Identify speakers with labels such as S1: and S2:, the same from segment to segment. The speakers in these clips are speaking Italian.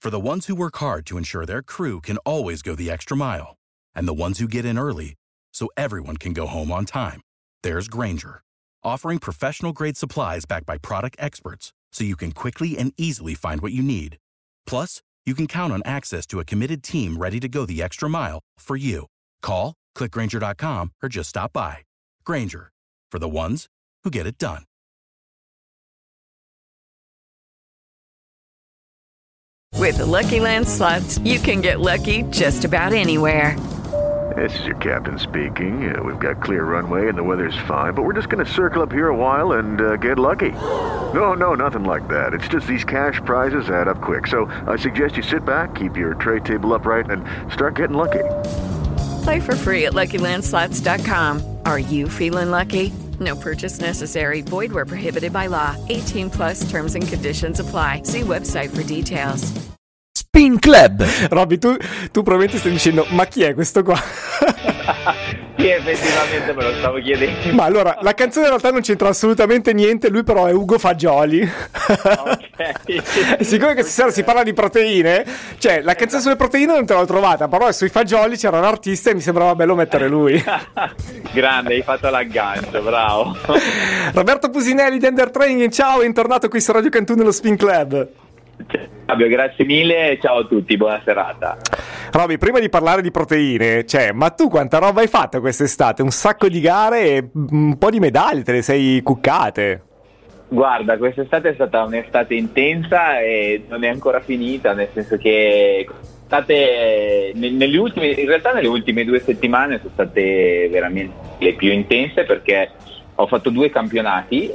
S1: For the ones who work hard to ensure their crew can always go the extra mile, and the ones who get in early so everyone can go home on time, there's Grainger, offering professional-grade supplies backed by product experts so you can quickly and easily find what you need. Plus, you can count on access to a committed team ready to go the extra mile for you. Call, click Grainger.com, or just stop by. Grainger, for the ones who get it done.
S2: With the Lucky Land Slots, you can get lucky just about anywhere.
S3: This is your captain speaking. We've got clear runway and the weather's fine, but we're just going to circle up here a while and get lucky. No, nothing like that. It's just these cash prizes add up quick. So I suggest you sit back, keep your tray table upright, and start getting lucky.
S2: Play for free at LuckyLandSlots.com. Are you feeling lucky? No purchase necessary. Void where prohibited by law. 18 plus terms and conditions apply. See website for details.
S4: Spin Club.
S5: Robby, tu probabilmente stai dicendo, ma chi è questo qua?
S6: Sì, effettivamente me lo stavo chiedendo.
S5: Ma allora, la canzone in realtà non c'entra assolutamente niente, lui però è Ugo Fagioli.
S6: Ok.
S5: Siccome questa sera si parla di proteine, cioè la canzone sulle proteine non te l'ho trovata, però sui fagioli c'era un artista e mi sembrava bello mettere lui.
S6: Grande, hai fatto l'aggancio, bravo.
S5: Roberto Pusinelli di Under Training, ciao, è tornato qui su Radio Cantù nello Spin Club.
S6: Fabio, grazie mille, ciao a tutti, buona serata.
S5: Robby, prima di parlare di proteine, ma tu quanta roba hai fatto quest'estate? Un sacco di gare e un po' di medaglie, te le sei cuccate.
S6: Guarda, quest'estate è stata un'estate intensa e non è ancora finita, nel senso che nelle ultime 2 settimane sono state veramente le più intense, perché ho fatto 2 campionati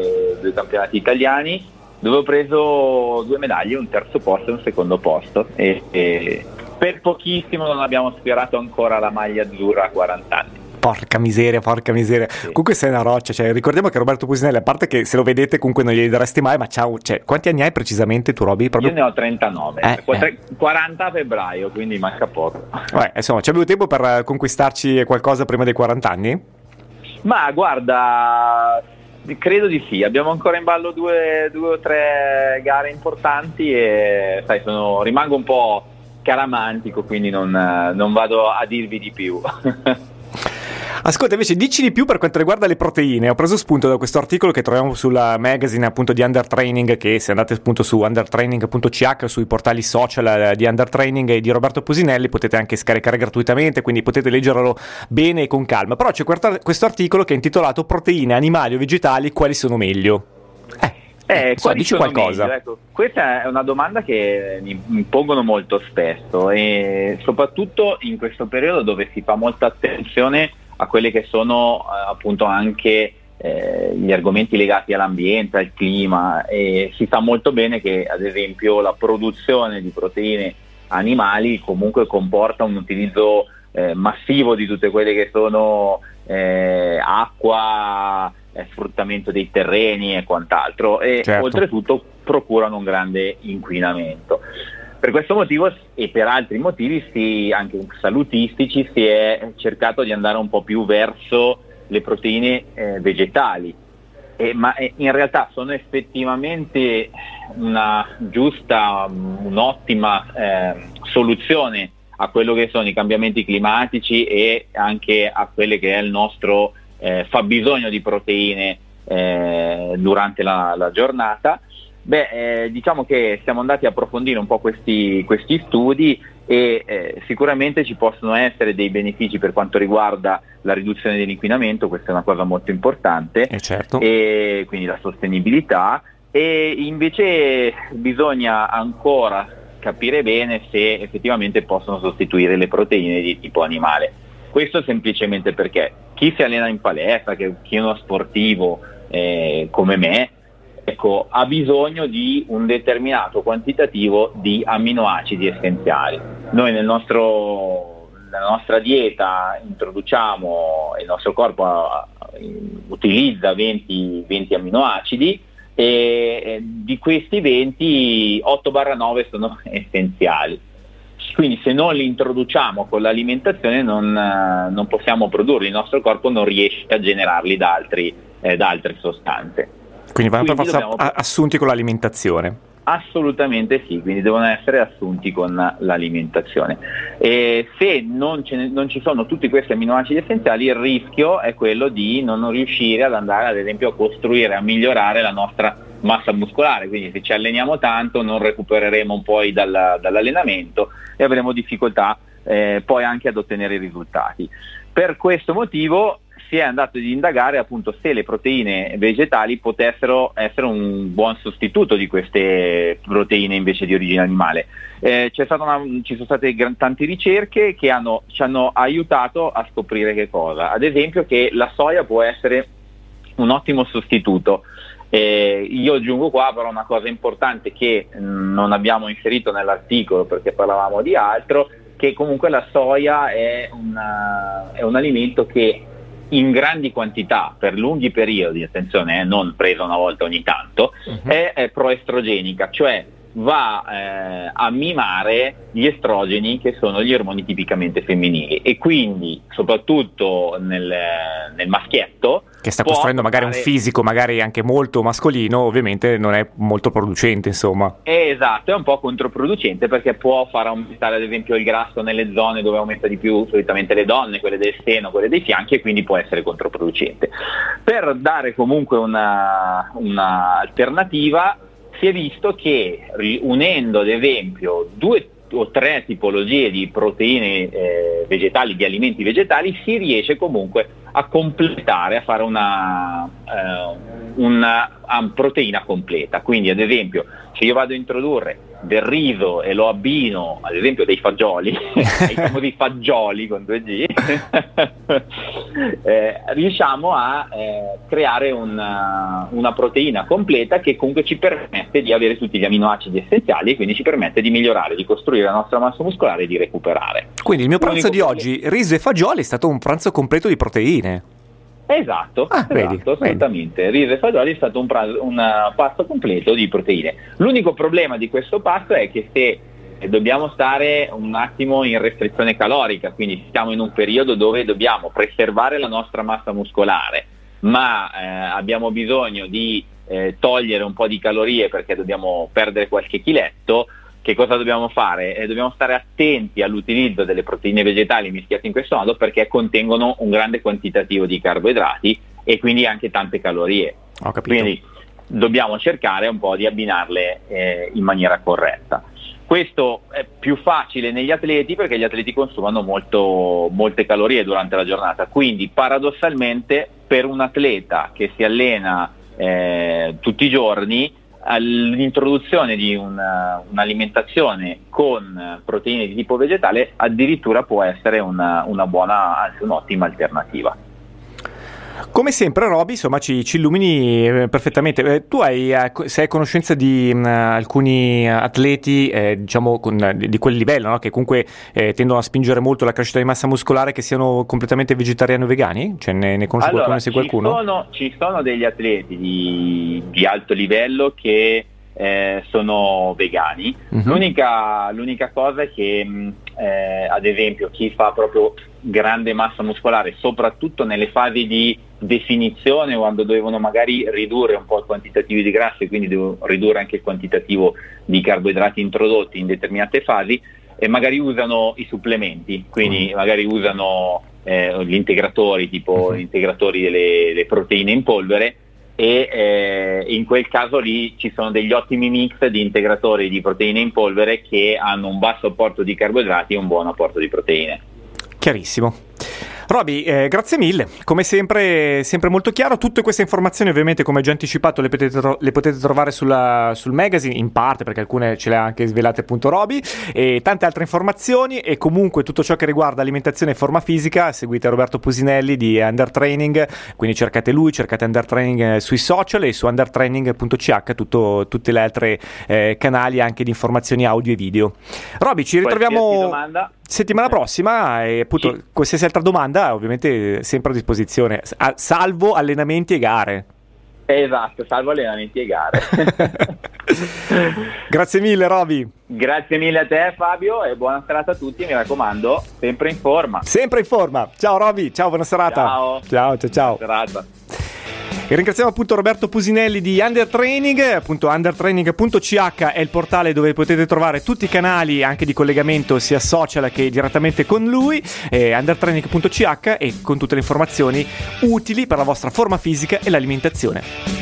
S6: italiani, dove ho preso 2 medaglie, un terzo posto e un secondo posto, e per pochissimo non abbiamo sfiorato ancora la maglia azzurra a 40 anni.
S5: Porca miseria. Sì. Comunque sei una roccia, ricordiamo che Roberto Pusinelli, a parte che se lo vedete comunque non glieli daresti mai, ma ciao, quanti anni hai precisamente tu, Robby?
S6: Io ne ho 39, 40 a febbraio, quindi manca poco.
S5: Insomma, ci avevo tempo per conquistarci qualcosa prima dei 40 anni?
S6: Ma guarda, credo di sì, abbiamo ancora in ballo 2 o 3 gare importanti e sai, rimango un po' caramantico, quindi non vado a dirvi di più.
S5: Ascolta, invece dici di più per quanto riguarda le proteine. Ho preso spunto da questo articolo che troviamo sulla magazine appunto di Under Training, che se andate appunto su undertraining.ch, sui portali social di Under Training e di Roberto Pusinelli, potete anche scaricare gratuitamente, quindi potete leggerlo bene e con calma. Però c'è questo articolo che è intitolato Proteine animali o vegetali, quali sono meglio? Dici qualcosa.
S6: Meglio, ecco. Questa è una domanda che mi pongono molto spesso, e soprattutto in questo periodo dove si fa molta attenzione a quelli che sono appunto anche gli argomenti legati all'ambiente, al clima, e si sa molto bene che ad esempio la produzione di proteine animali comunque comporta un utilizzo massivo di tutte quelle che sono acqua, sfruttamento dei terreni e quant'altro, e
S5: certo,
S6: oltretutto procurano un grande inquinamento. Per questo motivo e per altri motivi, anche salutistici, si è cercato di andare un po' più verso le proteine vegetali, ma in realtà sono effettivamente un'ottima soluzione a quello che sono i cambiamenti climatici e anche a quelle che è il nostro fabbisogno di proteine durante la giornata. Diciamo che siamo andati a approfondire un po' questi studi e sicuramente ci possono essere dei benefici per quanto riguarda la riduzione dell'inquinamento, questa è una cosa molto importante,
S5: certo,
S6: e quindi la sostenibilità, e invece bisogna ancora capire bene se effettivamente possono sostituire le proteine di tipo animale. Questo semplicemente perché chi si allena in palestra, chi è uno sportivo come me, ecco, ha bisogno di un determinato quantitativo di amminoacidi essenziali. Noi nella nostra dieta introduciamo, il nostro corpo utilizza 20 amminoacidi, e di questi 20, 8/9 sono essenziali. Quindi se non li introduciamo con l'alimentazione non possiamo produrli, il nostro corpo non riesce a generarli da altre sostanze.
S5: Quindi vanno per forza assunti con l'alimentazione.
S6: Assolutamente sì, quindi devono essere assunti con l'alimentazione. E se non ci sono tutti questi amminoacidi essenziali, il rischio è quello di non riuscire ad andare, ad esempio, a costruire, a migliorare la nostra massa muscolare. Quindi se ci alleniamo tanto non recupereremo poi dall'allenamento e avremo difficoltà poi anche ad ottenere i risultati. Per questo motivo si è andato ad indagare appunto se le proteine vegetali potessero essere un buon sostituto di queste proteine invece di origine animale. Ci sono state tante ricerche che ci hanno aiutato a scoprire che cosa? Ad esempio che la soia può essere un ottimo sostituto. Io aggiungo qua però una cosa importante che non abbiamo inserito nell'articolo perché parlavamo di altro, che comunque la soia è un alimento che in grandi quantità per lunghi periodi, attenzione, non presa una volta ogni tanto, è proestrogenica, cioè va a mimare gli estrogeni, che sono gli ormoni tipicamente femminili, e quindi soprattutto nel maschietto
S5: che sta costruendo magari un fisico magari anche molto mascolino, ovviamente non è molto producente, insomma.
S6: Esatto, è un po' controproducente perché può far aumentare ad esempio il grasso nelle zone dove aumenta di più solitamente le donne, quelle del seno, quelle dei fianchi, e quindi può essere controproducente. Per dare comunque una alternativa, si è visto che unendo ad esempio 2 o 3 tipologie di proteine vegetali, di alimenti vegetali, si riesce comunque a completare, a fare una proteina completa. Quindi ad esempio se io vado a introdurre del riso e lo abbino ad esempio dei fagioli, i famosi fagioli con 2G, riusciamo a creare una proteina completa che comunque ci permette di avere tutti gli amminoacidi essenziali e quindi ci permette di migliorare, di costruire la nostra massa muscolare e di recuperare.
S5: Quindi il mio pranzo di oggi, riso e fagioli, è stato un pranzo completo di proteine.
S6: Esatto,
S5: vedi.
S6: Assolutamente. Riso e fagioli è stato un pasto completo di proteine. L'unico problema di questo pasto è che se dobbiamo stare un attimo in restrizione calorica, quindi siamo in un periodo dove dobbiamo preservare la nostra massa muscolare, ma abbiamo bisogno di togliere un po' di calorie perché dobbiamo perdere qualche chiletto. Che cosa dobbiamo fare? Dobbiamo stare attenti all'utilizzo delle proteine vegetali mischiate in questo modo perché contengono un grande quantitativo di carboidrati e quindi anche tante calorie.
S5: Ho capito.
S6: Quindi dobbiamo cercare un po' di abbinarle in maniera corretta. Questo è più facile negli atleti perché gli atleti consumano molte calorie durante la giornata, quindi paradossalmente per un atleta che si allena tutti i giorni, l'introduzione di un'alimentazione con proteine di tipo vegetale addirittura può essere una buona, anzi un'ottima alternativa.
S5: Come sempre Roby, insomma, ci illumini perfettamente. Tu sei a conoscenza di alcuni atleti diciamo di quel livello, no? Che comunque tendono a spingere molto la crescita di massa muscolare, che siano completamente vegetariani o vegani? Cioè, ne conosci qualcuno? Se qualcuno?
S6: Ci sono degli atleti di alto livello che sono vegani. L'unica cosa è che ad esempio chi fa proprio grande massa muscolare, soprattutto nelle fasi di definizione, quando devono magari ridurre un po' i quantitativi di grasso e quindi devono ridurre anche il quantitativo di carboidrati introdotti in determinate fasi, e magari usano i supplementi, quindi magari usano gli integratori, tipo integratori delle proteine in polvere, e in quel caso lì ci sono degli ottimi mix di integratori di proteine in polvere che hanno un basso apporto di carboidrati e un buon apporto di proteine.
S5: Chiarissimo. Roby, grazie mille, come sempre molto chiaro. Tutte queste informazioni ovviamente, come già anticipato, le potete trovare sul magazine, in parte perché alcune ce le ha anche svelate appunto Roby, e tante altre informazioni, e comunque tutto ciò che riguarda alimentazione e forma fisica seguite Roberto Pusinelli di Under Training, quindi cercate lui, cercate Under Training sui social e su undertraining.ch tutte le altre canali anche di informazioni audio e video. Roby, ci ritroviamo settimana prossima, e appunto sì, qualsiasi altra domanda ovviamente sempre a disposizione, salvo allenamenti e gare.
S6: Esatto, salvo allenamenti e gare.
S5: Grazie mille Roby.
S6: Grazie mille a te Fabio, e buona serata a tutti, mi raccomando, sempre in forma.
S5: Sempre in forma. Ciao Roby, ciao, buona serata.
S6: Ciao.
S5: Buona serata. E ringraziamo appunto Roberto Pusinelli di Under Training, appunto undertraining.ch è il portale dove potete trovare tutti i canali anche di collegamento sia social che direttamente con lui, undertraining.ch, e con tutte le informazioni utili per la vostra forma fisica e l'alimentazione.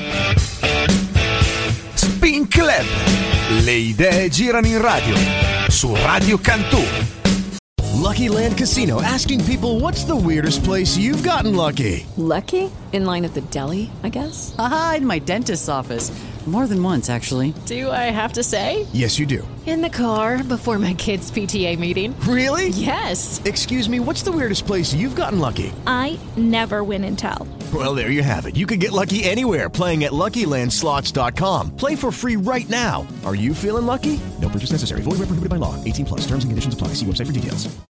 S4: Spin Club. Le idee girano in radio. Su Radio Cantù.
S7: Lucky Land Casino, asking people, what's the weirdest place you've gotten lucky?
S8: Lucky? In line at the deli, I guess?
S9: Aha, in my dentist's office. More than once, actually.
S8: Do I have to say?
S7: Yes, you do.
S8: In the car before my kids' PTA meeting.
S7: Really?
S8: Yes.
S7: Excuse me, what's the weirdest place you've gotten lucky?
S10: I never win and tell.
S7: Well, there you have it. You can get lucky anywhere, playing at LuckyLandSlots.com. Play for free right now. Are you feeling lucky? No purchase necessary. Void where prohibited by law. 18+. Terms and conditions apply. See website for details.